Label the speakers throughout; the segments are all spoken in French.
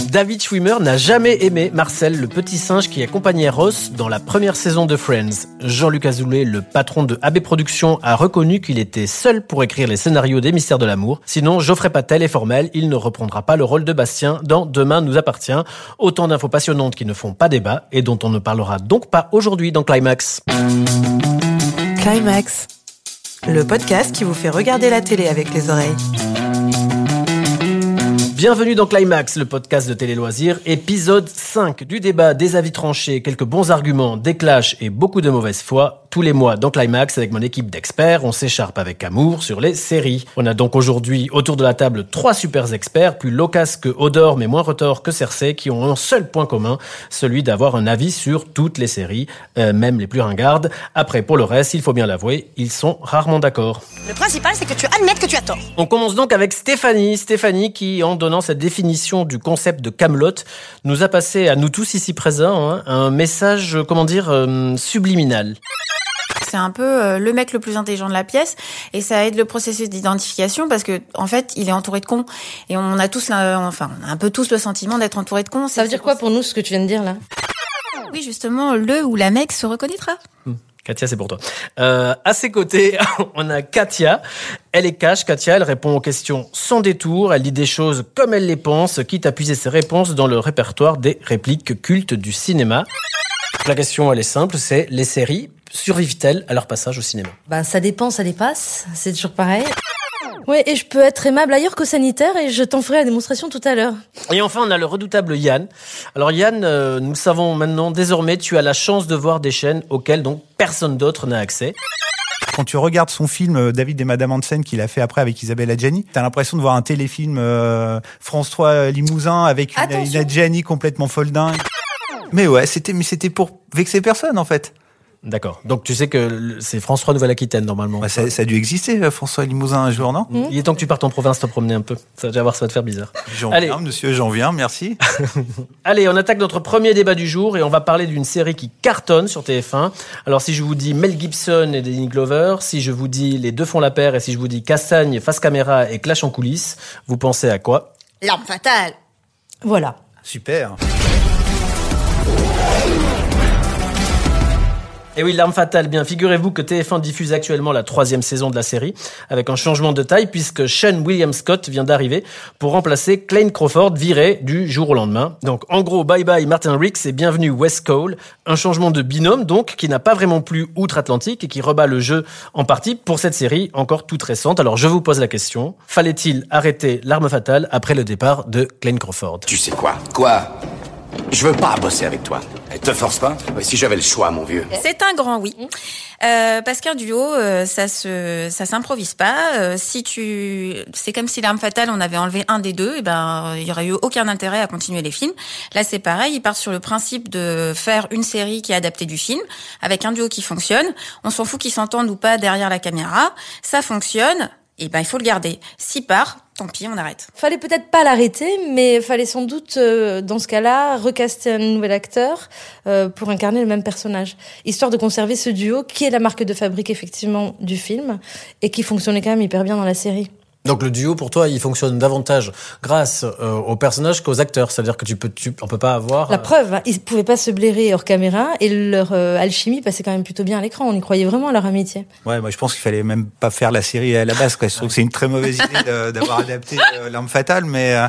Speaker 1: David Schwimmer n'a jamais aimé Marcel, le petit singe qui accompagnait Ross dans la première saison de Friends. Jean-Luc Azoulay, le patron de AB Productions, a reconnu qu'il était seul pour écrire les scénarios des Mystères de l'amour. Sinon, Geoffrey Patel est formel, il ne reprendra pas le rôle de Bastien dans Demain nous appartient. Autant d'infos passionnantes qui ne font pas débat et dont on ne parlera donc pas aujourd'hui dans Climax.
Speaker 2: Climax, le podcast qui vous fait regarder la télé avec les oreilles.
Speaker 1: Bienvenue dans Climax, le podcast de Télé Loisirs, épisode 5. Du débat, des avis tranchés, quelques bons arguments, des clashs et beaucoup de mauvaise foi. Tous les mois dans Climax, avec mon équipe d'experts, on s'écharpe avec amour sur les séries. On a donc aujourd'hui autour de la table 3 super experts, plus loquaces que Odor mais moins retors que Cersei, qui ont un seul point commun, celui d'avoir un avis sur toutes les séries, même les plus ringardes. Après, pour le reste, il faut bien l'avouer, ils sont rarement d'accord.
Speaker 3: Le principal, c'est que tu admettes que tu as tort.
Speaker 1: On commence donc avec Stéphanie qui, en donnant cette définition du concept de Kaamelott, nous a passé à nous tous ici présents un message, subliminal.
Speaker 4: C'est un peu le mec le plus intelligent de la pièce et ça aide le processus d'identification parce que en fait il est entouré de cons et on a tous on a un peu tous le sentiment d'être entouré de cons.
Speaker 5: Ça veut dire quoi pour nous ce que tu viens de dire là ?
Speaker 4: Oui, justement, le ou la mec se reconnaîtra.
Speaker 1: Katia, c'est pour toi. À ses côtés, on a Katia. Elle est cash, Katia. Elle répond aux questions sans détour. Elle dit des choses comme elle les pense, quitte à puiser ses réponses dans le répertoire des répliques cultes du cinéma. La question, elle est simple, c'est les séries survivent-elles à leur passage au cinéma ?
Speaker 5: Bah ça dépend, ça dépasse. C'est toujours pareil. Ouais, et je peux être aimable ailleurs qu'au sanitaire et je t'en ferai la démonstration tout à l'heure.
Speaker 1: Et enfin, on a le redoutable Yann. Alors Yann, nous le savons maintenant, désormais, tu as la chance de voir des chaînes auxquelles donc personne d'autre n'a accès.
Speaker 6: Quand tu regardes son film David et Madame Hansen qu'il a fait après avec Isabelle Adjani, t'as l'impression de voir un téléfilm France 3 Limousin avec une Adjani complètement folle dingue. Mais ouais, c'était pour vexer personne en fait.
Speaker 1: D'accord. Donc tu sais que c'est France 3 Nouvelle-Aquitaine normalement.
Speaker 6: Bah, ça a dû exister, François Limousin un jour, non ?
Speaker 1: Il est temps que tu partes en province te promener un peu. Ça va te faire bizarre.
Speaker 6: J'en viens, monsieur, j'en viens, merci.
Speaker 1: Allez, on attaque notre premier débat du jour et on va parler d'une série qui cartonne sur TF1. Alors si je vous dis Mel Gibson et Danny Glover, si je vous dis Les Deux font la paire et si je vous dis Cassagne, face caméra et clash en coulisses, vous pensez à quoi ?
Speaker 3: L'arme fatale.
Speaker 5: Voilà.
Speaker 6: Super.
Speaker 1: Et oui, L'Arme fatale, bien, figurez-vous que TF1 diffuse actuellement la 3e saison de la série, avec un changement de taille, puisque Sean William Scott vient d'arriver pour remplacer Clayne Crawford, viré du jour au lendemain. Donc, en gros, bye bye Martin Riggs et bienvenue Wes Cole. Un changement de binôme, donc, qui n'a pas vraiment plu outre-Atlantique et qui rebat le jeu en partie pour cette série encore toute récente. Alors, je vous pose la question, fallait-il arrêter L'Arme fatale après le départ de Clayne Crawford ?
Speaker 7: Tu sais quoi ? Quoi ? Je veux pas bosser avec toi. Te force pas. Si j'avais le choix, mon vieux.
Speaker 4: C'est un grand oui. Parce qu'un duo, ça s'improvise pas. C'est comme si L'Arme fatale, on avait enlevé un des deux, et ben, il y aurait eu aucun intérêt à continuer les films. Là, c'est pareil. Ils partent sur le principe de faire une série qui est adaptée du film, avec un duo qui fonctionne. On s'en fout qu'ils s'entendent ou pas derrière la caméra. Ça fonctionne. Et ben, il faut le garder. S'il part, tant pis, on arrête.
Speaker 5: Fallait peut-être pas l'arrêter, mais fallait sans doute, dans ce cas-là, recaster un nouvel acteur pour incarner le même personnage. Histoire de conserver ce duo qui est la marque de fabrique, effectivement, du film et qui fonctionnait quand même hyper bien dans la série.
Speaker 1: Donc le duo, pour toi, il fonctionne davantage grâce aux personnages qu'aux acteurs. C'est-à-dire que on peut pas avoir...
Speaker 5: La preuve, hein, ils pouvaient pas se blairer hors caméra et leur alchimie passait quand même plutôt bien à l'écran. On y croyait vraiment à leur amitié.
Speaker 6: Ouais, moi je pense qu'il fallait même pas faire la série à la base, quoi. Je trouve que c'est une très mauvaise idée d'avoir adapté L'Arme fatale,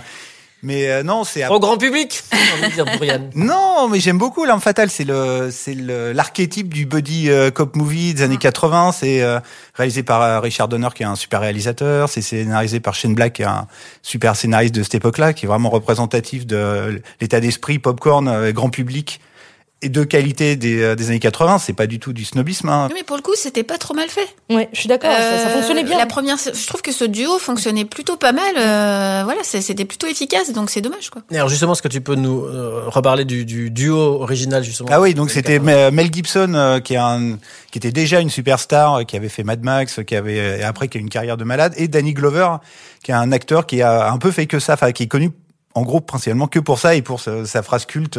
Speaker 6: mais non, c'est
Speaker 1: au grand public. J'ai envie de dire pour Yann.
Speaker 6: Non, mais j'aime beaucoup L'Arme fatale. C'est l'archétype du buddy cop movie des années 80. C'est réalisé par Richard Donner, qui est un super réalisateur. C'est scénarisé par Shane Black, qui est un super scénariste de cette époque-là, qui est vraiment représentatif de l'état d'esprit popcorn grand public et de qualité des années 80. C'est pas du tout du snobisme. Hein.
Speaker 4: Oui, mais pour le coup, c'était pas trop mal fait.
Speaker 5: Ouais, je suis d'accord. Ça fonctionnait bien.
Speaker 4: Je trouve que ce duo fonctionnait plutôt pas mal. Voilà, c'était plutôt efficace, donc c'est dommage, quoi.
Speaker 1: Et alors justement, est-ce que tu peux nous reparler du duo original justement ?
Speaker 6: Ah oui, donc c'était Mel Gibson qui était déjà une superstar, qui avait fait Mad Max, et après qui a eu une carrière de malade, et Danny Glover, qui est un acteur qui a un peu fait que ça, enfin qui est connu en gros principalement que pour ça et pour sa phrase culte.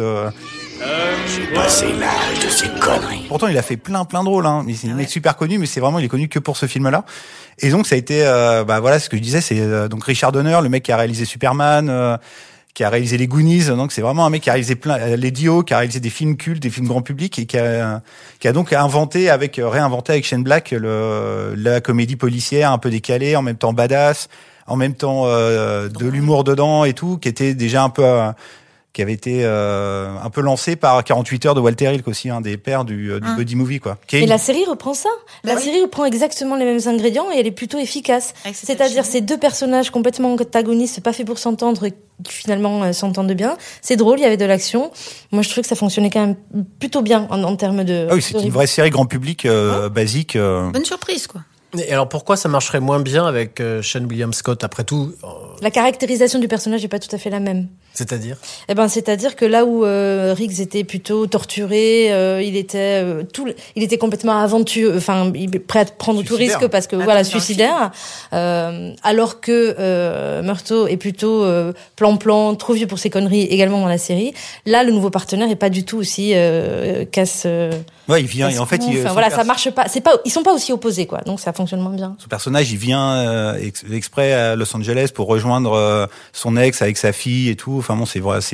Speaker 7: J'ai passé l'âge de ces conneries.
Speaker 6: Pourtant, il a fait plein de rôles. Hein. C'est un mec super connu, mais il est connu que pour ce film-là. Et donc, ça a été, voilà, ce que je disais, c'est donc Richard Donner, le mec qui a réalisé Superman, qui a réalisé les Goonies, donc c'est vraiment un mec qui a réalisé les Dio, qui a réalisé des films cultes, des films grand public, et qui a donc réinventé avec Shane Black la comédie policière un peu décalée, en même temps badass, en même temps de l'humour dedans et tout, qui était déjà un peu qui avait été un peu lancé par 48 heures de Walter Hill aussi, un des pères du buddy movie, quoi.
Speaker 5: Et la série reprend ça. La série reprend exactement les mêmes ingrédients et elle est plutôt efficace. C'est-à-dire ces deux personnages complètement antagonistes, pas faits pour s'entendre, qui finalement s'entendent bien. C'est drôle, il y avait de l'action. Moi, je trouve que ça fonctionnait quand même plutôt bien en termes de...
Speaker 6: Ah oui, c'est une vraie série grand public, basique.
Speaker 4: Bonne surprise, quoi.
Speaker 1: Et alors pourquoi ça marcherait moins bien avec Sean William Scott après tout
Speaker 5: La caractérisation du personnage n'est pas tout à fait la même.
Speaker 1: C'est-à-dire
Speaker 5: C'est-à-dire que là où Riggs était plutôt torturé, il était complètement aventureux, prêt à prendre tout risque parce que suicidaire. Alors que Murtaugh est plutôt plan-plan, trop vieux pour ses conneries également dans la série. Là, le nouveau partenaire est pas du tout aussi casse.
Speaker 6: Ouais, il vient et en fait,
Speaker 5: ça marche pas. Ils sont pas aussi opposés, quoi. Donc ça fonctionne moins bien.
Speaker 6: Son personnage, il vient exprès à Los Angeles pour rejoindre son ex avec sa fille et tout. Enfin bon,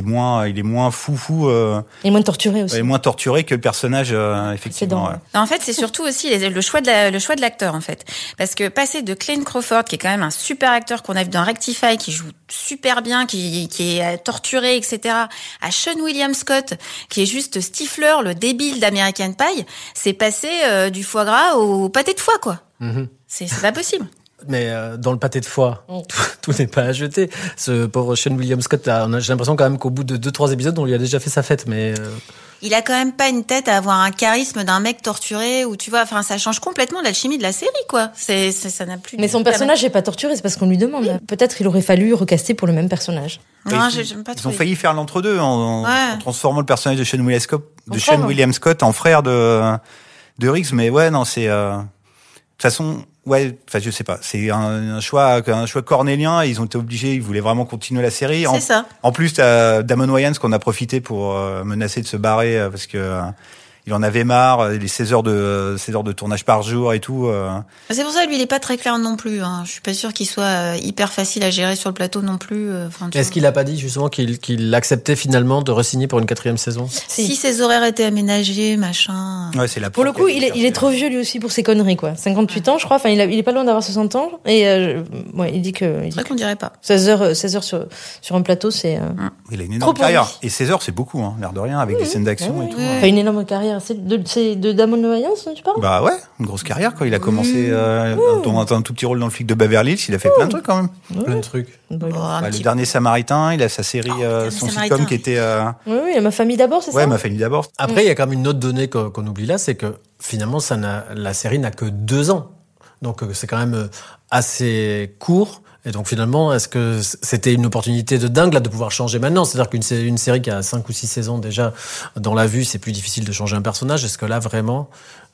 Speaker 6: il est moins fou.
Speaker 5: Il est moins torturé aussi.
Speaker 6: Il est moins torturé que le personnage, effectivement.
Speaker 4: Ouais. Non, en fait, c'est surtout aussi le choix de l'acteur, en fait. Parce que passer de Clayne Crawford, qui est quand même un super acteur qu'on a vu dans Rectify, qui joue super bien, qui est torturé, etc., à Sean William Scott, qui est juste Stifler, le débile d'American Pie, c'est passer du foie gras au pâté de foie, quoi. Mm-hmm. C'est pas possible.
Speaker 1: Mais dans le pâté de foie, tout n'est pas à jeter. Ce pauvre Sean William Scott, j'ai l'impression quand même qu'au bout de 2-3 épisodes, on lui a déjà fait sa fête. Mais
Speaker 4: il a quand même pas une tête à avoir un charisme d'un mec torturé, ou tu vois, enfin, ça change complètement l'alchimie de la série, quoi. Ça n'a plus.
Speaker 5: Mais son personnage n'est pas torturé, c'est parce qu'on lui demande. Oui. Peut-être qu'il aurait fallu recaster pour le même personnage.
Speaker 4: Non, j'aime pas trop.
Speaker 6: Ils ont failli faire l'entre-deux en transformant le personnage de Sean William Scott en frère de Riggs, mais ouais, non, c'est de toute façon. Ouais, enfin je sais pas, c'est un choix cornélien, ils ont été obligés, ils voulaient vraiment continuer la série.
Speaker 4: C'est ça.
Speaker 6: En plus t'as Damon Wayans qu'on a profité pour menacer de se barrer parce que il en avait marre, les 16 heures de tournage par jour et tout.
Speaker 4: C'est pour ça lui il est pas très clair non plus, hein. Je suis pas sûre qu'il soit hyper facile à gérer sur le plateau non plus.
Speaker 1: Est-ce qu'il a pas dit justement qu'il acceptait finalement de re-signer pour une 4e saison?
Speaker 4: Si ses horaires étaient aménagés, machin.
Speaker 6: Ouais, c'est la
Speaker 5: pour le coup, il est trop vieux lui aussi pour ses conneries, quoi. 58 ans, je crois. Enfin, il est pas loin d'avoir 60 ans. Et il dit que.
Speaker 4: C'est vrai qu'on dirait pas.
Speaker 5: 16 heures sur un plateau, c'est.
Speaker 6: Il a une énorme carrière. Et 16 heures, c'est beaucoup, hein, l'air de rien, avec des scènes d'action et tout.
Speaker 5: Enfin, une énorme carrière. C'est de Damon Wayans, tu parles?
Speaker 6: Bah ouais, une grosse carrière, quoi. Il a commencé dans un tout petit rôle dans le flic de Beverly Hills. Il a fait plein de trucs, quand même.
Speaker 1: Plein de trucs.
Speaker 6: Le dernier Samaritain, il a sa série, son sitcom qui était.
Speaker 5: Oui, Ma famille d'abord, c'est ça?
Speaker 6: Ouais, Ma famille d'abord.
Speaker 1: Après, il y a quand même une autre donnée qu'on oublie là, c'est que finalement, la série n'a que 2 ans. Donc, c'est quand même assez court. Et donc, finalement, est-ce que c'était une opportunité de dingue, là, de pouvoir changer maintenant? C'est-à-dire qu'une série qui a 5 ou 6 saisons déjà dans la vue, c'est plus difficile de changer un personnage. Est-ce que là, vraiment,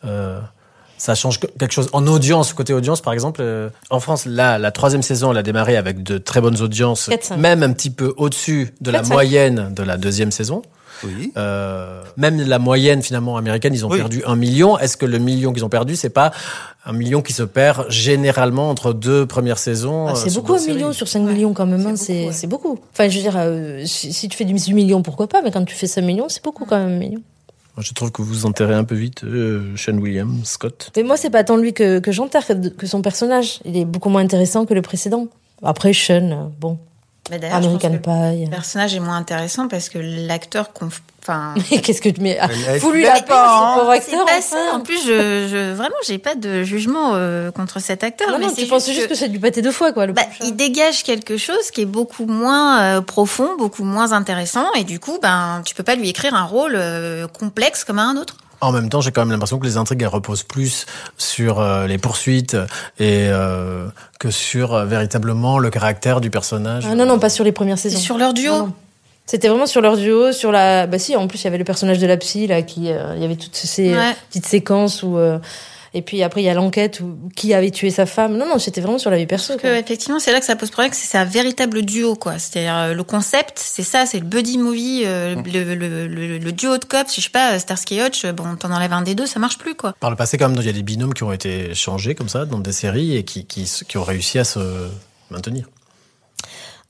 Speaker 1: ça change quelque chose? En audience, côté audience, par exemple, en France, là, la 3e saison, elle a démarré avec de très bonnes audiences,
Speaker 5: 4-5.
Speaker 1: Même un petit peu au-dessus de
Speaker 5: 4-5.
Speaker 1: La moyenne de la 2e saison.
Speaker 6: Oui.
Speaker 1: Même la moyenne finalement américaine, ils ont perdu 1 million. Est-ce que le million qu'ils ont perdu, c'est pas 1 million qui se perd généralement entre 2 premières saisons?
Speaker 5: C'est beaucoup 1 million sur 5 millions quand même. C'est beaucoup. Enfin, je veux dire, si tu fais du million, pourquoi pas? Mais quand tu fais 5 millions, c'est beaucoup quand même 1 million.
Speaker 1: Je trouve que vous enterrez un peu vite Sean William Scott.
Speaker 5: Mais moi, c'est pas tant lui que j'enterre que son personnage. Il est beaucoup moins intéressant que le précédent. Après, Sean, bon.
Speaker 4: Mais d'ailleurs,
Speaker 5: American
Speaker 4: je pense que
Speaker 5: Pie.
Speaker 4: le personnage est moins intéressant parce que l'acteur
Speaker 5: Mais qu'est-ce que tu mets? Fous-lui
Speaker 6: la
Speaker 5: la paix, ce pauvre acteur.
Speaker 4: C'est pas ça. En plus, vraiment, j'ai pas de jugement contre cet acteur.
Speaker 5: Non, tu penses juste que c'est du pâté de foie, quoi.
Speaker 4: Il dégage quelque chose qui est beaucoup moins profond, beaucoup moins intéressant, et du coup, tu peux pas lui écrire un rôle complexe comme un autre.
Speaker 1: En même temps, j'ai quand même l'impression que les intrigues elles reposent plus sur les poursuites et que sur véritablement le caractère du personnage.
Speaker 5: Ah non, pas sur les premières saisons.
Speaker 4: C'est sur leur duo.
Speaker 5: Non. C'était vraiment sur leur duo, sur la. Bah si, en plus il y avait le personnage de la psy là, il y avait toutes ces petites séquences où. Et puis après, il y a l'enquête où qui avait tué sa femme. Non, c'était vraiment sur la vie perso.
Speaker 4: Parce que, effectivement, c'est là que ça pose problème, que c'est un véritable duo, quoi. C'est-à-dire, le concept, c'est ça, c'est le buddy movie, le duo de cops, je sais pas, Starsky et Hutch, bon, t'en enlèves un des deux, ça marche plus, quoi.
Speaker 1: Par le passé, quand même, il y a des binômes qui ont été changés, comme ça, dans des séries, et qui ont réussi à se maintenir.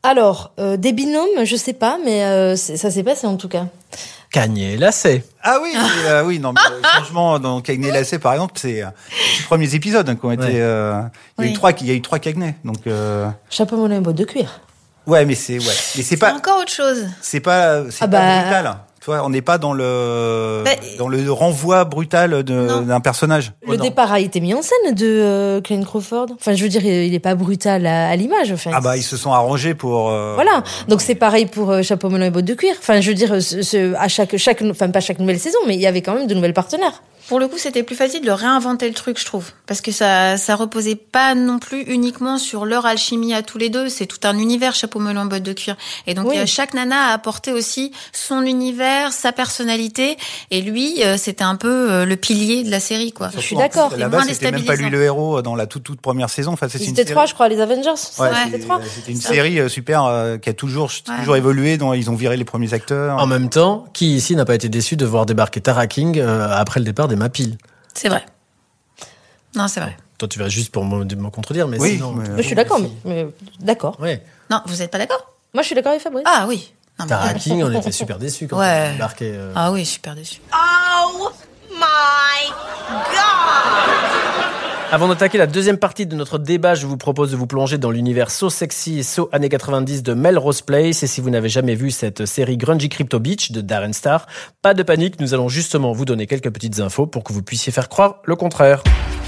Speaker 5: Alors, des binômes, je sais pas, mais ça s'est passé en tout cas.
Speaker 1: Kanye et Lacey.
Speaker 6: Ah oui, oui, non, mais le changement dans Cagney et Lacey, par exemple, c'est les premiers épisodes qui ont été. Il y a eu 3 Cagney, donc.
Speaker 5: Chapeau melon et bottes de cuir.
Speaker 6: Ouais, mais c'est pas
Speaker 4: encore autre chose.
Speaker 6: C'est pas brutal. Tu vois, on n'est pas dans le renvoi brutal d'un personnage.
Speaker 5: Le départ a été mis en scène de Glenn Crawford. Enfin, je veux dire, il est pas brutal à l'image. Enfin,
Speaker 6: ils se sont arrangés pour.
Speaker 5: Voilà. Donc c'est pareil pour Chapeau melon et bottes de cuir. Enfin, je veux dire, à enfin pas chaque nouvelle saison, mais il y avait quand même de nouvelles partenaires.
Speaker 4: Pour le coup, c'était plus facile de réinventer le truc, je trouve. Parce que ça reposait pas non plus uniquement sur leur alchimie à tous les deux. C'est tout un univers, Chapeau melon, bottes de cuir. Et donc, chaque nana a apporté aussi son univers, sa personnalité. Et lui, c'était un peu le pilier de la série, quoi.
Speaker 5: Je suis d'accord.
Speaker 6: Là-bas, c'était même pas lui le héros dans la toute première saison. Enfin,
Speaker 5: c'était 3, je crois, les Avengers.
Speaker 6: Ouais, c'était une série super qui a toujours évolué, dont ils ont viré les premiers acteurs.
Speaker 1: En même temps, qui ici n'a pas été déçu de voir débarquer Tara King après le départ des Mapil?
Speaker 4: C'est vrai. Non, c'est vrai.
Speaker 1: Toi, tu vas juste pour me contredire, mais
Speaker 6: oui,
Speaker 1: sinon...
Speaker 5: je suis d'accord, mais d'accord.
Speaker 1: Oui.
Speaker 4: Non, vous êtes pas d'accord?
Speaker 5: Moi, je suis d'accord avec Fabrice.
Speaker 4: Ah oui. Non,
Speaker 1: Tara King, on était super déçus quand elle débarquait.
Speaker 4: Ah oui, super déçus.
Speaker 3: Oh my God!
Speaker 1: Avant d'attaquer la deuxième partie de notre débat, je vous propose de vous plonger dans l'univers So Sexy et So années 90 de Melrose Place. Et si vous n'avez jamais vu cette série Grungy Crypto Beach de Darren Star, pas de panique, nous allons justement vous donner quelques petites infos pour que vous puissiez faire croire le contraire.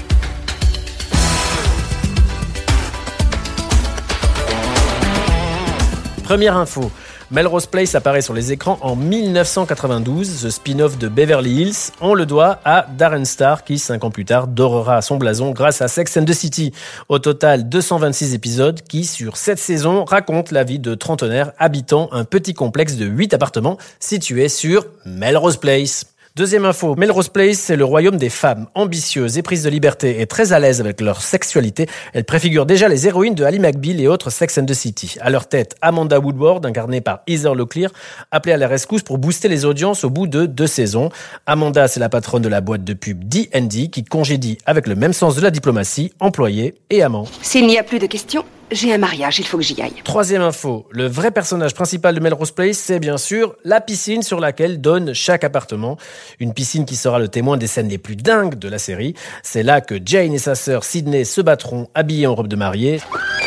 Speaker 1: Première info. Melrose Place apparaît sur les écrans en 1992, the spin-off de Beverly Hills. On le doit à Darren Star qui, 5 ans plus tard, dorera son blason grâce à Sex and the City. Au total, 226 épisodes qui, sur 7 saisons, racontent la vie de trentenaires habitant un petit complexe de 8 appartements situé sur Melrose Place. Deuxième info, Melrose Place, c'est le royaume des femmes ambitieuses, éprises de liberté et très à l'aise avec leur sexualité. Elles préfigurent déjà les héroïnes de Ally McBeal et autres Sex and the City. À leur tête, Amanda Woodward, incarnée par Heather Locklear, appelée à la rescousse pour booster les audiences au bout de 2 saisons. Amanda, c'est la patronne de la boîte de pub D&D qui congédie avec le même sens de la diplomatie, employés et amants.
Speaker 8: S'il n'y a plus de questions, j'ai un mariage, il faut que j'y aille.
Speaker 1: Troisième info, le vrai personnage principal de Melrose Place, c'est bien sûr la piscine sur laquelle donne chaque appartement. Une piscine qui sera le témoin des scènes les plus dingues de la série. C'est là que Jane et sa sœur Sydney se battront habillées en robe de mariée.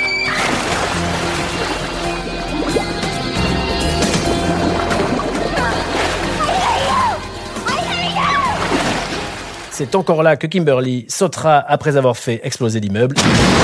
Speaker 1: C'est encore là que Kimberly sautera après avoir fait exploser l'immeuble.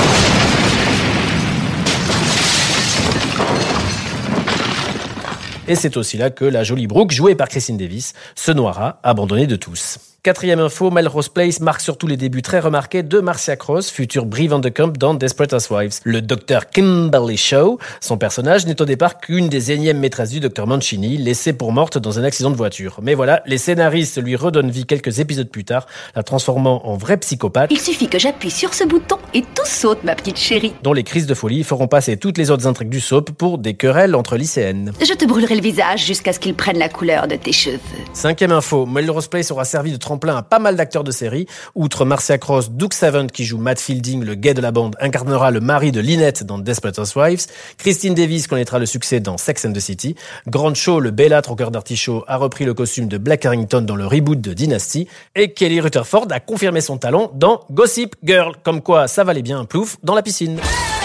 Speaker 1: Et c'est aussi là que la jolie Brooke, jouée par Christine Davis, se noiera, abandonnée de tous. Quatrième info, Melrose Place marque surtout les débuts très remarqués de Marcia Cross, future Brie Vanderkamp dans Desperate Housewives. Le Dr Kimberly Shaw, son personnage n'est au départ qu'une des énièmes maîtresses du Dr Mancini, laissée pour morte dans un accident de voiture. Mais voilà, les scénaristes lui redonnent vie quelques épisodes plus tard, la transformant en vraie psychopathe.
Speaker 8: Il suffit que j'appuie sur ce bouton et tout saute, ma petite chérie.
Speaker 1: Dont les crises de folie feront passer toutes les autres intrigues du soap pour des querelles entre lycéennes.
Speaker 8: Je te brûlerai le visage jusqu'à ce qu'il prenne la couleur de tes cheveux.
Speaker 1: Cinquième info, Melrose Place aura servi de tremplin à pas mal d'acteurs de série. Outre Marcia Cross, Doug Savant qui joue Matt Fielding, le gay de la bande, incarnera le mari de Lynette dans Desperate Housewives. Christine Davis connaîtra le succès dans Sex and the City. Grant Shaw, le bellâtre au cœur d'artichaut, a repris le costume de Black Harrington dans le reboot de Dynasty. Et Kelly Rutherford a confirmé son talent dans Gossip Girl. Comme quoi, ça valait bien un plouf dans la piscine.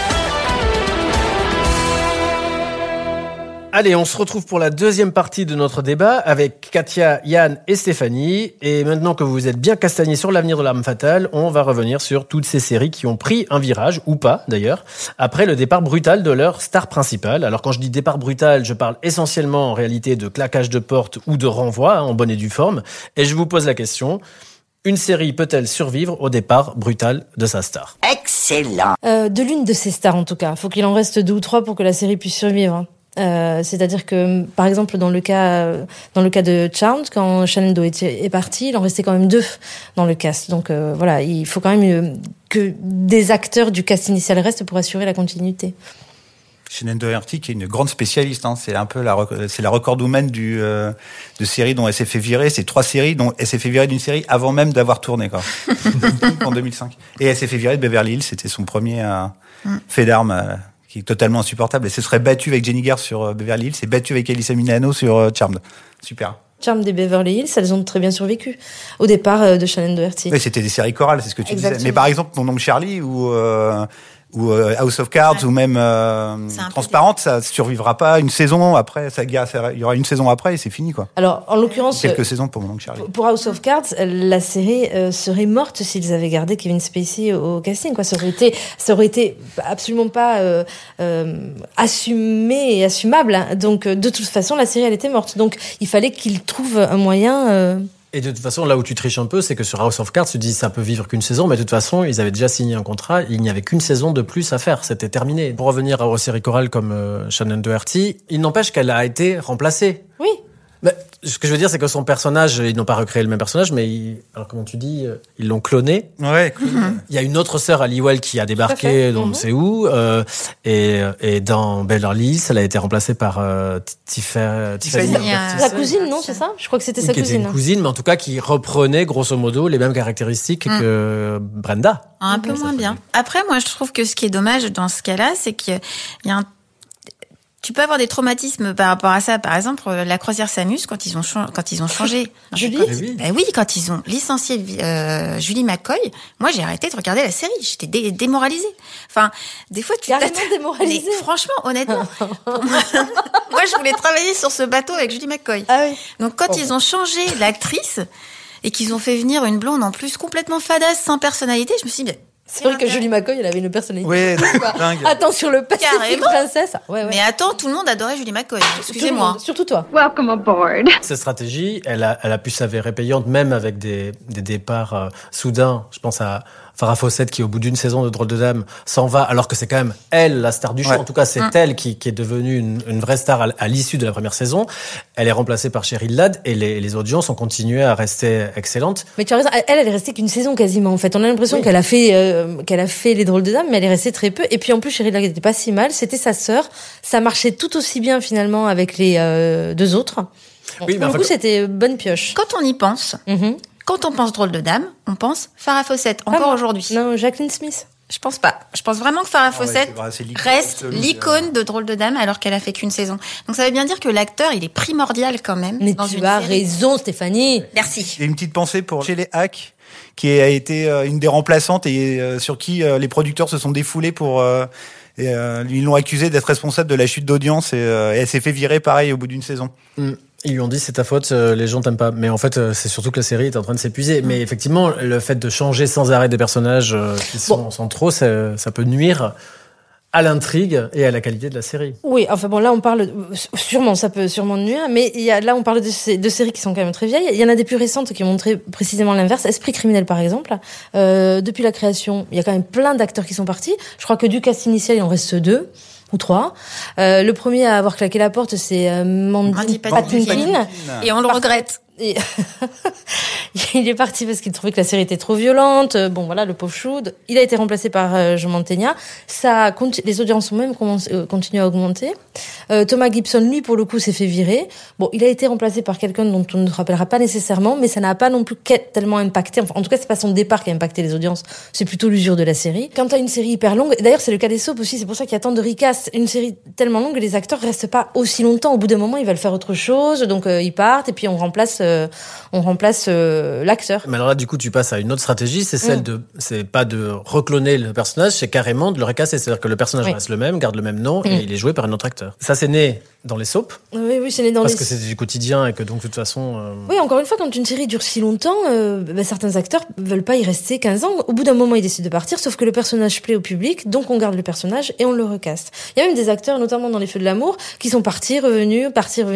Speaker 1: Allez, on se retrouve pour la deuxième partie de notre débat avec Katia, Yann et Stéphanie. Et maintenant que vous vous êtes bien castagnés sur l'avenir de l'Arme Fatale, on va revenir sur toutes ces séries qui ont pris un virage, ou pas d'ailleurs, après le départ brutal de leur star principale. Alors quand je dis départ brutal, je parle essentiellement en réalité de claquage de porte ou de renvoi, en bonne et due forme. Et je vous pose la question, une série peut-elle survivre au départ brutal de sa star ?
Speaker 3: Excellent.
Speaker 5: De l'une de ces stars en tout cas. Faut qu'il en reste 2 ou 3 pour que la série puisse survivre. C'est-à-dire que, par exemple, dans le cas de Charmed, quand Shannon Doherty est partie, il en restait quand même 2 dans le cast. Donc voilà, il faut quand même que des acteurs du cast initial restent pour assurer la continuité.
Speaker 6: Shannon Doherty, qui est une grande spécialiste, hein, c'est un peu la record woman de séries dont elle s'est fait virer. C'est 3 séries dont elle s'est fait virer d'une série avant même d'avoir tourné, quoi. En 2005. Et elle s'est fait virer de Beverly Hills. C'était son premier fait d'armes. qui est totalement insupportable. Elle se serait battue avec Jenny Garth sur Beverly Hills, s'est battue avec Alyssa Milano sur Charmed. Super.
Speaker 5: Charmed des Beverly Hills, elles ont très bien survécu au départ de Shannon Doherty.
Speaker 6: Oui, c'était des séries chorales, c'est ce que tu
Speaker 5: Exactement.
Speaker 6: disais. Mais par exemple, Mon oncle Charlie ou House of Cards ou même Transparente, ça survivra pas une saison après. Il y aura une saison après et c'est fini, quoi.
Speaker 5: Alors, en l'occurrence,
Speaker 6: quelques saisons pour Mon oncle Charlie.
Speaker 5: Pour House of Cards, la série serait morte s'ils avaient gardé Kevin Spacey au casting, quoi. Ça aurait été absolument pas assumé et assumable. Hein. Donc, de toute façon, la série elle était morte. Donc, il fallait qu'ils trouvent un moyen.
Speaker 1: Et de toute façon, là où tu triches un peu, c'est que sur House of Cards, tu dis ça peut vivre qu'une saison, mais de toute façon, ils avaient déjà signé un contrat, il n'y avait qu'une saison de plus à faire, c'était terminé. Pour revenir aux séries chorales comme Shannon Doherty, il n'empêche qu'elle a été remplacée.
Speaker 5: Oui.
Speaker 1: Mais ce que je veux dire, c'est que son personnage, ils n'ont pas recréé le même personnage, mais alors comment tu dis, ils l'ont cloné.
Speaker 6: Ouais.
Speaker 1: Il y a une autre sœur, Halliwell, qui a débarqué, dont on sait où, et dans Beverly Hills, elle a été remplacée par Tiffany.
Speaker 5: Sa cousine, non, c'est ça? Je crois que c'était sa
Speaker 1: cousine. Qui était une cousine, mais en tout cas qui reprenait grosso modo les mêmes caractéristiques que Brenda.
Speaker 4: Un peu moins bien. Après, moi, je trouve que ce qui est dommage dans ce cas-là, c'est qu'il y a tu peux avoir des traumatismes par rapport à ça. Par exemple, la croisière Samus, quand ils ont changé.
Speaker 5: Julie?
Speaker 4: Ben oui, quand ils ont licencié Julie McCoy, moi, j'ai arrêté de regarder la série. J'étais démoralisée. Enfin, des fois, tu
Speaker 5: carrément démoralisée.
Speaker 4: Mais franchement, honnêtement, moi, je voulais travailler sur ce bateau avec Julie McCoy.
Speaker 5: Ah oui.
Speaker 4: Donc, quand ils ont changé l'actrice et qu'ils ont fait venir une blonde en plus complètement fadasse, sans personnalité, je me suis dit,
Speaker 5: c'est vrai que Julie McCoy, elle avait une personnalité.
Speaker 6: Ouais, dingue.
Speaker 5: Attends, sur le Pacific Princess. Ouais.
Speaker 4: Mais attends, tout le monde adorait Julie McCoy. Excusez-moi.
Speaker 5: Surtout toi.
Speaker 8: Welcome aboard.
Speaker 1: Cette stratégie, elle a pu s'avérer payante, même avec des départs soudains. Je pense à Farrah Fawcett qui, au bout d'une saison de Drôle de Dame, s'en va, alors que c'est quand même elle, la star du show. Ouais. En tout cas, c'est elle qui est devenue une vraie star à l'issue de la première saison. Elle est remplacée par Cheryl Ladd et les audiences ont continué à rester excellentes.
Speaker 5: Mais tu as raison, elle est restée qu'une saison quasiment, en fait. On a l'impression qu'elle a fait les Drôles de Dames, mais elle est restée très peu. Et puis en plus, Cheryl Ladd n'était pas si mal. C'était sa sœur. Ça marchait tout aussi bien finalement avec les deux autres. Oui, pour le coup, c'était bonne pioche.
Speaker 4: Quand on y pense, quand on pense Drôle de Dame, on pense Farrah Fawcett, encore aujourd'hui.
Speaker 5: Non, Jacqueline Smith.
Speaker 4: Je pense pas. Je pense vraiment que Farrah Fawcett reste l'icône de Drôle de Dame alors qu'elle a fait qu'une saison. Donc ça veut bien dire que l'acteur, il est primordial quand même.
Speaker 5: Mais tu as raison, Stéphanie.
Speaker 4: Merci.
Speaker 6: Et une petite pensée pour Shelley Hack, qui a été une des remplaçantes et sur qui les producteurs se sont défoulés pour... ils l'ont accusée d'être responsable de la chute d'audience et elle s'est fait virer pareil au bout d'une saison.
Speaker 1: Ils lui ont dit c'est ta faute, les gens t'aiment pas. Mais en fait, c'est surtout que la série est en train de s'épuiser. Mais effectivement, le fait de changer sans arrêt des personnages qui sont trop, ça peut nuire à l'intrigue et à la qualité de la série.
Speaker 5: Oui, enfin bon, là on parle sûrement, ça peut sûrement nuire, mais là on parle de séries qui sont quand même très vieilles. Il y en a des plus récentes qui ont montré précisément l'inverse. Esprit criminel par exemple. Depuis la création, il y a quand même plein d'acteurs qui sont partis. Je crois que du cast initial, il en reste 2 ou 3. Le premier à avoir claqué la porte, c'est Mandy Patinkin.
Speaker 4: Et on le regrette.
Speaker 5: Et il est parti parce qu'il trouvait que la série était trop violente. Bon, voilà, le pauvre chou. Il a été remplacé par Joe Mantegna. Les audiences ont même continué à augmenter. Thomas Gibson, lui, pour le coup, s'est fait virer. Bon, il a été remplacé par quelqu'un dont on ne se rappellera pas nécessairement, mais ça n'a pas non plus tellement impacté. Enfin, en tout cas, c'est pas son départ qui a impacté les audiences. C'est plutôt l'usure de la série. Quand t'as une série hyper longue, d'ailleurs, c'est le cas des soaps aussi. C'est pour ça qu'il y a tant de recast. Une série tellement longue, les acteurs restent pas aussi longtemps. Au bout d'un moment, ils veulent faire autre chose, donc ils partent et puis on remplace l'acteur.
Speaker 1: Mais alors là, du coup, tu passes à une autre stratégie, c'est celle c'est pas de recloner le personnage, c'est carrément de le recasser. C'est-à-dire que le personnage reste le même, garde le même nom et il est joué par un autre acteur. Ça, c'est né dans les soaps.
Speaker 5: Oui, c'est né dans
Speaker 1: parce que c'était du quotidien et que donc, de toute façon...
Speaker 5: Oui, encore une fois, quand une série dure si longtemps, certains acteurs veulent pas y rester 15 ans. Au bout d'un moment, ils décident de partir, sauf que le personnage plaît au public, donc on garde le personnage et on le recaste. Il y a même des acteurs, notamment dans Les Feux de l'amour, qui sont partis, revenus.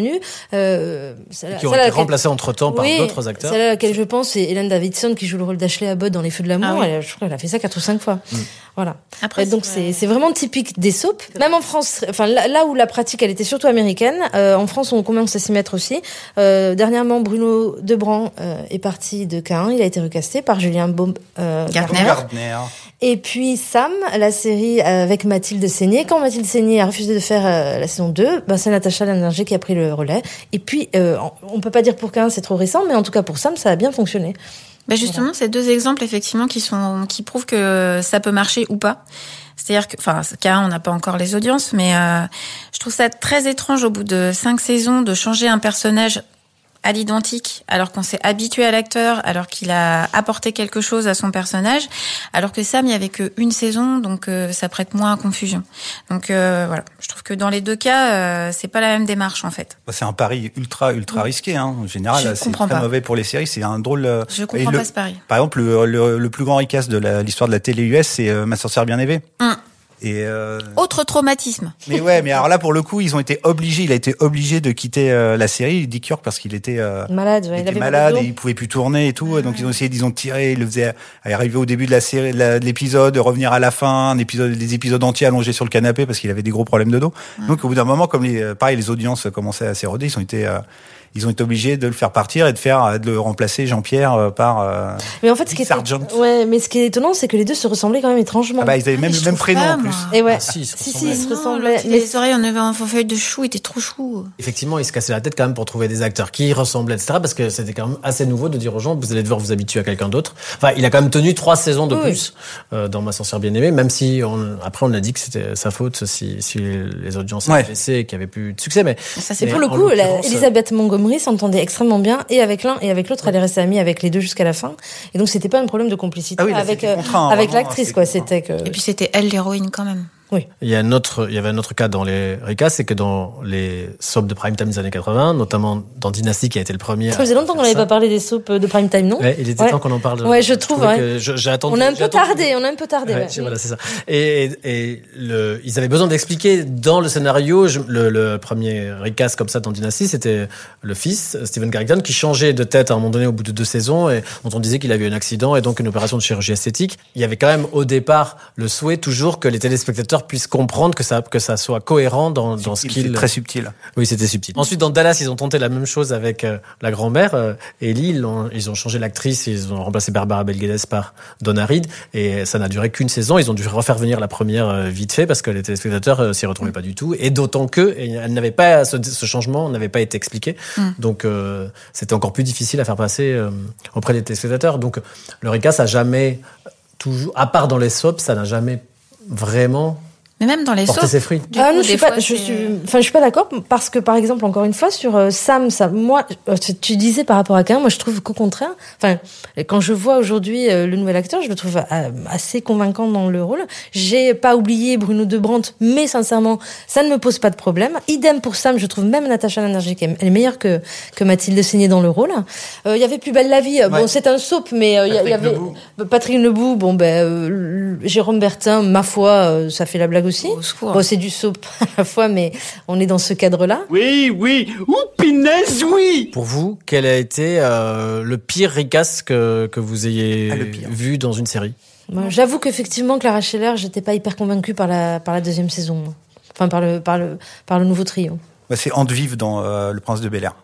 Speaker 1: Qui ont été remplacés entre-temps par d'autres acteurs.
Speaker 5: Celle à laquelle je pense, c'est Ellen Davidson qui joue le rôle d'Ashley Abbott dans Les Feux de l'amour. Je crois qu'elle a fait ça 4 ou 5 fois. Voilà. Après, donc c'est vraiment typique des soaps. Même en France, enfin là où la pratique elle était surtout américaine, en France on commence à s'y mettre aussi. Dernièrement, Bruno Debrand est parti de K1, il a été recasté par Julien Gardner. Et puis Sam, la série avec Mathilde Seigné. Quand Mathilde Seigné a refusé de faire la saison 2, c'est Natacha Laninger qui a pris le relais. Et puis on peut pas dire pour K1 c'est trop récent, mais en tout cas pour Sam ça a bien fonctionné.
Speaker 4: Justement, c'est 2 exemples effectivement qui prouvent que ça peut marcher ou pas. C'est-à-dire que, car on n'a pas encore les audiences, mais je trouve ça très étrange au bout de 5 saisons de changer un personnage à l'identique, alors qu'on s'est habitué à l'acteur, alors qu'il a apporté quelque chose à son personnage, alors que Sam, il y avait qu'une saison, donc ça prête moins à confusion. Donc voilà, je trouve que dans les 2 cas, c'est pas la même démarche en fait.
Speaker 6: C'est un pari ultra risqué. En général, c'est très mauvais pour les séries. C'est un drôle.
Speaker 4: Je comprends pas ce pari.
Speaker 6: Par exemple, le plus grand recast de l'histoire de la télé US, c'est Ma sorcière bien aimée. Et
Speaker 4: autre traumatisme.
Speaker 6: Mais alors là pour le coup, il a été obligé de quitter la série Dick York parce qu'il était
Speaker 5: malade,
Speaker 6: il était malade et il pouvait plus tourner et tout, donc ils ont essayé de tirer, ils le faisaient arriver au début de la série de l'épisode, revenir à la fin, des épisodes entiers allongés sur le canapé parce qu'il avait des gros problèmes de dos. Donc au bout d'un moment, comme les audiences commençaient à s'éroder, ils ont été obligés de le faire partir et de le remplacer Jean-Pierre par
Speaker 5: mais en fait, ce qui est étonnant, c'est que les deux se ressemblaient quand même étrangement.
Speaker 6: Ils avaient même le même prénom en plus.
Speaker 5: Et ouais.
Speaker 1: Si,
Speaker 5: ils se ressemblaient.
Speaker 4: Mais les oreilles, on avait un feuille de chou, il était trop chou.
Speaker 1: Effectivement, il se cassait la tête quand même pour trouver des acteurs qui ressemblaient, etc. Parce que c'était quand même assez nouveau de dire aux gens, vous allez devoir vous habituer à quelqu'un d'autre. Enfin, il a quand même tenu 3 saisons de plus dans Ma sorcière bien aimée, même si après on a dit que c'était sa faute si les audiences étaient baissées et qu'il n'y avait plus de succès. Mais
Speaker 5: ça, c'est pour le coup, Elisabeth Montgomery s'entendait extrêmement bien et avec l'un et avec l'autre. Elle est restée amie avec les deux jusqu'à la fin. Et donc c'était pas un problème de complicité avec l'actrice, quoi. C'était que.
Speaker 4: Et puis c'était elle l'héroïne quand même.
Speaker 5: Oui.
Speaker 1: Il y avait un autre cas dans les recasts, c'est que dans les soaps de prime time des années 80, notamment dans Dynasty qui a été le premier.
Speaker 5: Ça faisait longtemps qu'on n'avait pas parlé des soaps de prime time, non?
Speaker 1: Ouais, il était temps qu'on en parle.
Speaker 5: Ouais, je trouve.
Speaker 1: J'ai attendu.
Speaker 5: On a un peu tardé.
Speaker 1: Voilà, c'est ça. Et ils avaient besoin d'expliquer dans le scénario. Le premier recast comme ça dans Dynasty, c'était le fils, Steven Carrington, qui changeait de tête à un moment donné au bout de 2 saisons et dont on disait qu'il avait eu un accident et donc une opération de chirurgie esthétique. Il y avait quand même au départ le souhait toujours que les téléspectateurs puissent comprendre que ça soit cohérent dans ce qu'il...
Speaker 6: C'est très subtil.
Speaker 1: Oui, c'était subtil. Ensuite, dans Dallas, ils ont tenté la même chose avec la grand-mère, Ellie. Ils ont changé l'actrice, ils ont remplacé Barbara Bel Geddes par Donna Reed, et ça n'a duré qu'une saison. Ils ont dû refaire venir la première vite fait parce que les téléspectateurs s'y retrouvaient pas du tout, et d'autant que elle n'avait pas ce changement n'avait pas été expliqué. Donc c'était encore plus difficile à faire passer auprès des téléspectateurs. Donc le recast a jamais, toujours, à part dans les soaps, ça n'a jamais vraiment
Speaker 4: Mais même dans les
Speaker 1: porter
Speaker 4: sauces.
Speaker 1: ses fruits.
Speaker 5: Non, je suis pas d'accord parce que par exemple encore une fois sur Sam, moi tu disais par rapport à Cain, moi je trouve qu'au contraire, enfin quand je vois aujourd'hui le nouvel acteur, je le trouve assez convaincant dans le rôle. J'ai pas oublié Bruno De Brandt, mais sincèrement, ça ne me pose pas de problème. Idem pour Sam, je trouve même Natacha Banerjee, elle est meilleure que Mathilde Seigné dans le rôle. Il y avait Plus belle la vie. Bon, c'est un soap, mais il y avait Patrick Lebouc, Jérôme Bertin, ma foi, ça fait la blague aussi. Bon, c'est du soap à la fois, mais on est dans ce cadre-là.
Speaker 9: Oui, ou pinaise, oui.
Speaker 1: Pour vous, quel a été le pire recast que vous ayez vu dans une série?
Speaker 5: Moi, j'avoue qu'effectivement, Clara Scheller, j'étais pas hyper convaincue par la deuxième saison. Enfin, par le nouveau trio.
Speaker 6: C'est Ante Vive dans Le Prince de Bel-Air.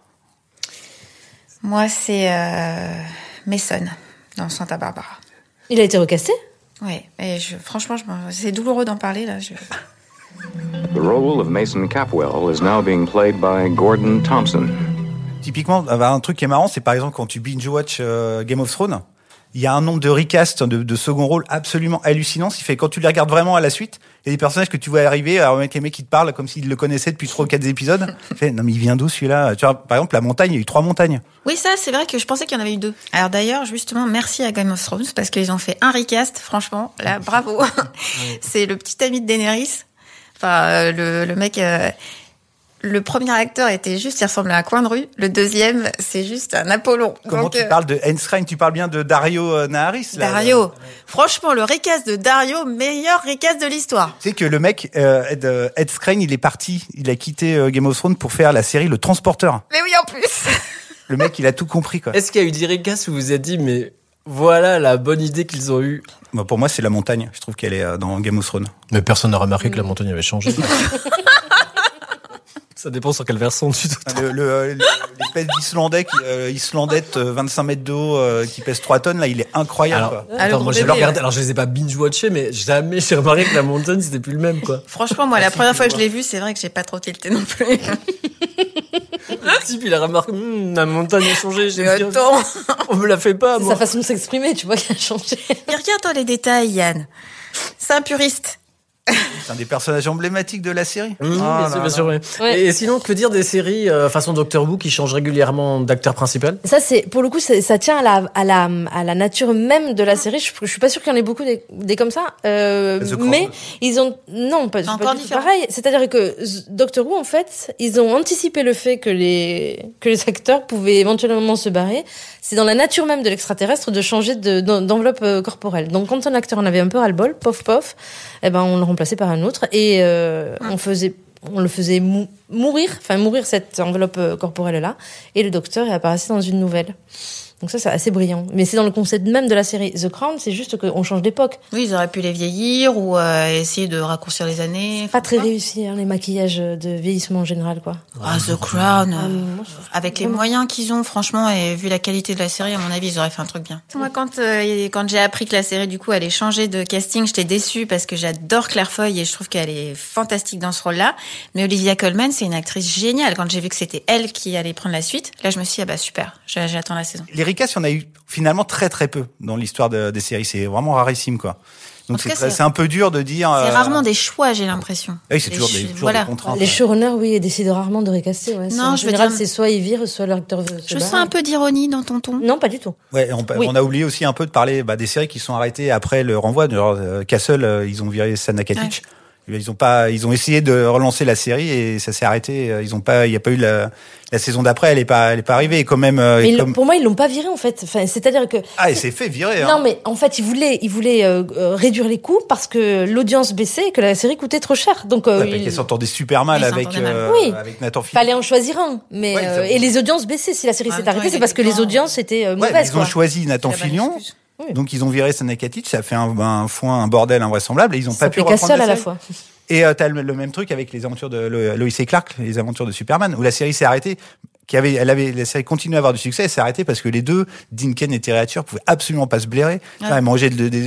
Speaker 4: Moi, c'est Mason dans Santa Barbara.
Speaker 5: Il a été recasté?
Speaker 4: Oui, et franchement, c'est douloureux d'en parler là.
Speaker 10: The role of Mason Capwell is now being played by Gordon Thompson.
Speaker 6: Typiquement, un truc qui est marrant, c'est par exemple quand tu binge-watch Game of Thrones, il y a un nombre de recasts de second rôle absolument hallucinant. Ce qui fait que quand tu les regardes vraiment à la suite, il y a des personnages que tu vois arriver, alors avec les mecs qui te parlent comme s'ils le connaissaient depuis 3 ou 4 épisodes. Tu fais, non mais il vient d'où celui-là? Tu vois, par exemple, la montagne, il y a eu 3 montagnes.
Speaker 4: Oui, ça, c'est vrai que je pensais qu'il y en avait eu 2. Alors d'ailleurs, justement, merci à Game of Thrones parce qu'ils ont fait un recast, franchement, là, bravo. C'est le petit ami de Daenerys. Enfin, le mec... Le premier acteur était juste, il ressemblait à un coin de rue. Le deuxième, c'est juste un Apollon.
Speaker 6: Comment tu parles de Ensrein? Tu parles bien de Dario Naharis, là?
Speaker 4: Dario. Franchement, le recast de Dario, meilleur recast de l'histoire.
Speaker 6: Tu sais que le mec, Ed Skrein, il est parti, il a quitté Game of Thrones pour faire la série Le Transporteur.
Speaker 4: Mais oui, en plus.
Speaker 6: Le mec, il a tout compris, quoi.
Speaker 1: Est-ce qu'il y a eu des recasts où vous vous êtes dit, mais voilà la bonne idée qu'ils ont eue?
Speaker 6: Bah, pour moi, c'est la montagne. Je trouve qu'elle est dans Game of Thrones.
Speaker 1: Mais personne n'a remarqué que la montagne avait changé. Ça dépend sur quelle version tu te
Speaker 6: l'espèce d'Islandais Islandette 25 mètres d'eau qui pèse 3 tonnes, là, il est incroyable.
Speaker 1: Moi, je regardé, alors je les ai pas binge-watchés, mais jamais j'ai remarqué que la montagne, c'était plus le même, quoi.
Speaker 4: Franchement, moi, la première fois que je l'ai vu, c'est vrai que j'ai pas trop tilté non plus.
Speaker 1: Le type, il a remarqué, la montagne a changé.
Speaker 4: Attends.
Speaker 1: On me la fait pas,
Speaker 5: C'est
Speaker 1: moi.
Speaker 5: sa façon de s'exprimer, tu vois, qui a changé.
Speaker 4: Mais regarde dans les détails, Yann. C'est un puriste.
Speaker 6: C'est un des personnages emblématiques de la série.
Speaker 1: Bien sûr, ouais. Et sinon, que dire des séries façon Doctor Who qui changent régulièrement d'acteur principal?
Speaker 5: Ça, c'est, pour le coup, ça tient à la nature même de la série. Je suis pas sûre qu'il y en ait beaucoup des comme ça. Mais ils ont, non, pas du tout pareil. C'est-à-dire que Doctor Who, en fait, ils ont anticipé le fait que les acteurs pouvaient éventuellement se barrer. C'est dans la nature même de l'extraterrestre de changer d'enveloppe corporelle. Donc, quand un acteur en avait un peu ras-le-bol, pof, eh ben, on le remplaçait par un autre et on le faisait mourir cette enveloppe corporelle-là, et le docteur apparaissait dans une nouvelle. Donc ça, c'est assez brillant. Mais c'est dans le concept même de la série. The Crown, c'est juste qu'on change d'époque.
Speaker 4: Oui, ils auraient pu les vieillir ou essayer de raccourcir les années.
Speaker 5: Pas très réussi, les maquillages de vieillissement en général, quoi.
Speaker 4: The Crown, avec les moyens qu'ils ont, franchement, et vu la qualité de la série, à mon avis, ils auraient fait un truc bien. Moi, quand j'ai appris que la série, du coup, allait changer de casting, j'étais déçue parce que j'adore Claire Foy et je trouve qu'elle est fantastique dans ce rôle-là. Mais Olivia Colman, c'est une actrice géniale. Quand j'ai vu que c'était elle qui allait prendre la suite, là, je me suis dit, super, j'attends la saison.
Speaker 6: Les recast, il y en a eu finalement très très peu dans l'histoire des séries. C'est vraiment rarissime, quoi. Donc c'est un peu dur de dire.
Speaker 4: C'est rarement des choix, j'ai l'impression.
Speaker 6: Oui, c'est toujours des contraintes.
Speaker 5: Les showrunners, oui, décident rarement de recaster. Ouais.
Speaker 4: Non,
Speaker 5: en général, c'est soit ils virent, soit l'acteur veut.
Speaker 4: Je sens un peu d'ironie dans ton ton.
Speaker 5: Non, pas du tout.
Speaker 6: Ouais, on a oublié aussi un peu de parler des séries qui sont arrêtées après le renvoi. Castle, ils ont viré Sana Katic. Ouais. Ils ont essayé de relancer la série et ça s'est arrêté. Il y a pas eu la saison d'après, elle est pas arrivée. Et quand même.
Speaker 5: Pour moi, ils l'ont pas viré, en fait. Enfin, c'est-à-dire que.
Speaker 6: Ah, il s'est fait virer,
Speaker 5: Non, mais en fait, ils voulaient réduire les coûts parce que l'audience baissait et que la série coûtait trop cher. Donc,
Speaker 6: ils s'entendaient super mal avec Nathan Fillion.
Speaker 5: Fallait en choisir un. Mais, et les audiences baissaient. Si la série s'est arrêtée, c'est parce que les audiences étaient mauvaises.
Speaker 6: Ils ont choisi Nathan Fillion. Oui. Donc ils ont viré Sana Katic, ça a fait un bordel invraisembrable et ils ont pas pu reprendre
Speaker 5: la série. À la fois.
Speaker 6: Et t'as le même truc avec les aventures de Lois et Clark, les aventures de Superman, où la série s'est arrêtée. La série continuait à avoir du succès, elle s'est arrêtée parce que les deux, Dean Cain et Terry Hatcher, pouvaient absolument pas se blairer. Ouais. Manger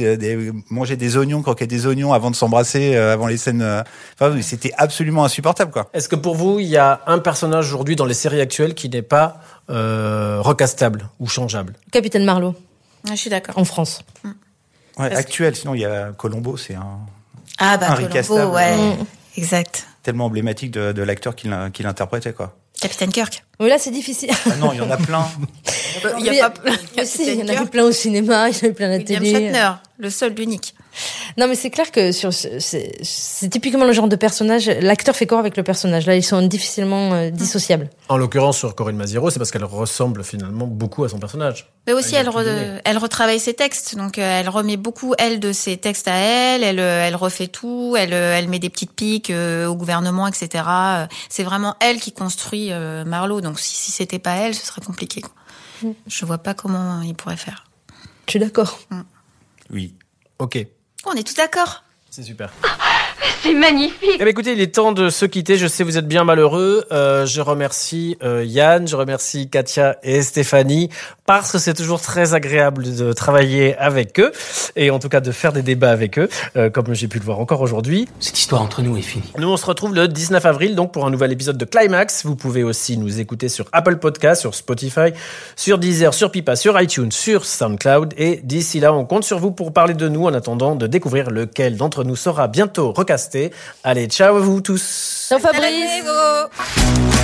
Speaker 6: des oignons, croquer des oignons avant de s'embrasser, avant les scènes. C'était absolument insupportable, quoi.
Speaker 1: Est-ce que pour vous, il y a un personnage aujourd'hui dans les séries actuelles qui n'est pas recastable ou changeable?
Speaker 5: Capitaine Marlowe.
Speaker 4: Je suis d'accord.
Speaker 5: En France.
Speaker 6: Ouais, actuel. Sinon, il y a Colombo, c'est un
Speaker 4: Colombo, ouais. Exact.
Speaker 6: Tellement emblématique de l'acteur qui l'interprétait, quoi.
Speaker 4: Capitaine Kirk.
Speaker 5: Oui, là, c'est difficile.
Speaker 6: Ah non, il y en a plein.
Speaker 4: Il y a pas plein.
Speaker 5: Il y en a eu plein au cinéma, il y en a eu plein à la télé.
Speaker 4: William Shatner, le seul, l'unique.
Speaker 5: Non, mais c'est clair que c'est typiquement le genre de personnage. L'acteur fait corps avec le personnage. Là, ils sont difficilement dissociables.
Speaker 1: En l'occurrence, sur Corinne Maziero, c'est parce qu'elle ressemble finalement beaucoup à son personnage.
Speaker 4: Mais aussi, elle retravaille ses textes. Donc, elle remet beaucoup, elle, de ses textes à elle. Elle refait tout. Elle met des petites piques au gouvernement, etc. C'est vraiment elle qui construit Marlowe. Donc, si c'était pas elle, ce serait compliqué, quoi. Je vois pas comment il pourrait faire.
Speaker 5: Je suis d'accord.
Speaker 6: Oui.
Speaker 1: Ok.
Speaker 4: On est tous d'accord.
Speaker 1: C'est super.
Speaker 8: C'est magnifique.
Speaker 1: Eh bien, écoutez, il est temps de se quitter. Je sais, vous êtes bien malheureux. Je remercie Yann, je remercie Katia et Stéphanie parce que c'est toujours très agréable de travailler avec eux et en tout cas de faire des débats avec eux, comme j'ai pu le voir encore aujourd'hui.
Speaker 9: Cette histoire entre nous est finie.
Speaker 1: Nous, on se retrouve le 19 avril donc pour un nouvel épisode de Climax. Vous pouvez aussi nous écouter sur Apple Podcasts, sur Spotify, sur Deezer, sur Pipa, sur iTunes, sur SoundCloud. Et d'ici là, on compte sur vous pour parler de nous en attendant de découvrir lequel d'entre nous sera bientôt recasté. Allez, ciao à vous tous.
Speaker 5: Ciao Fabrice.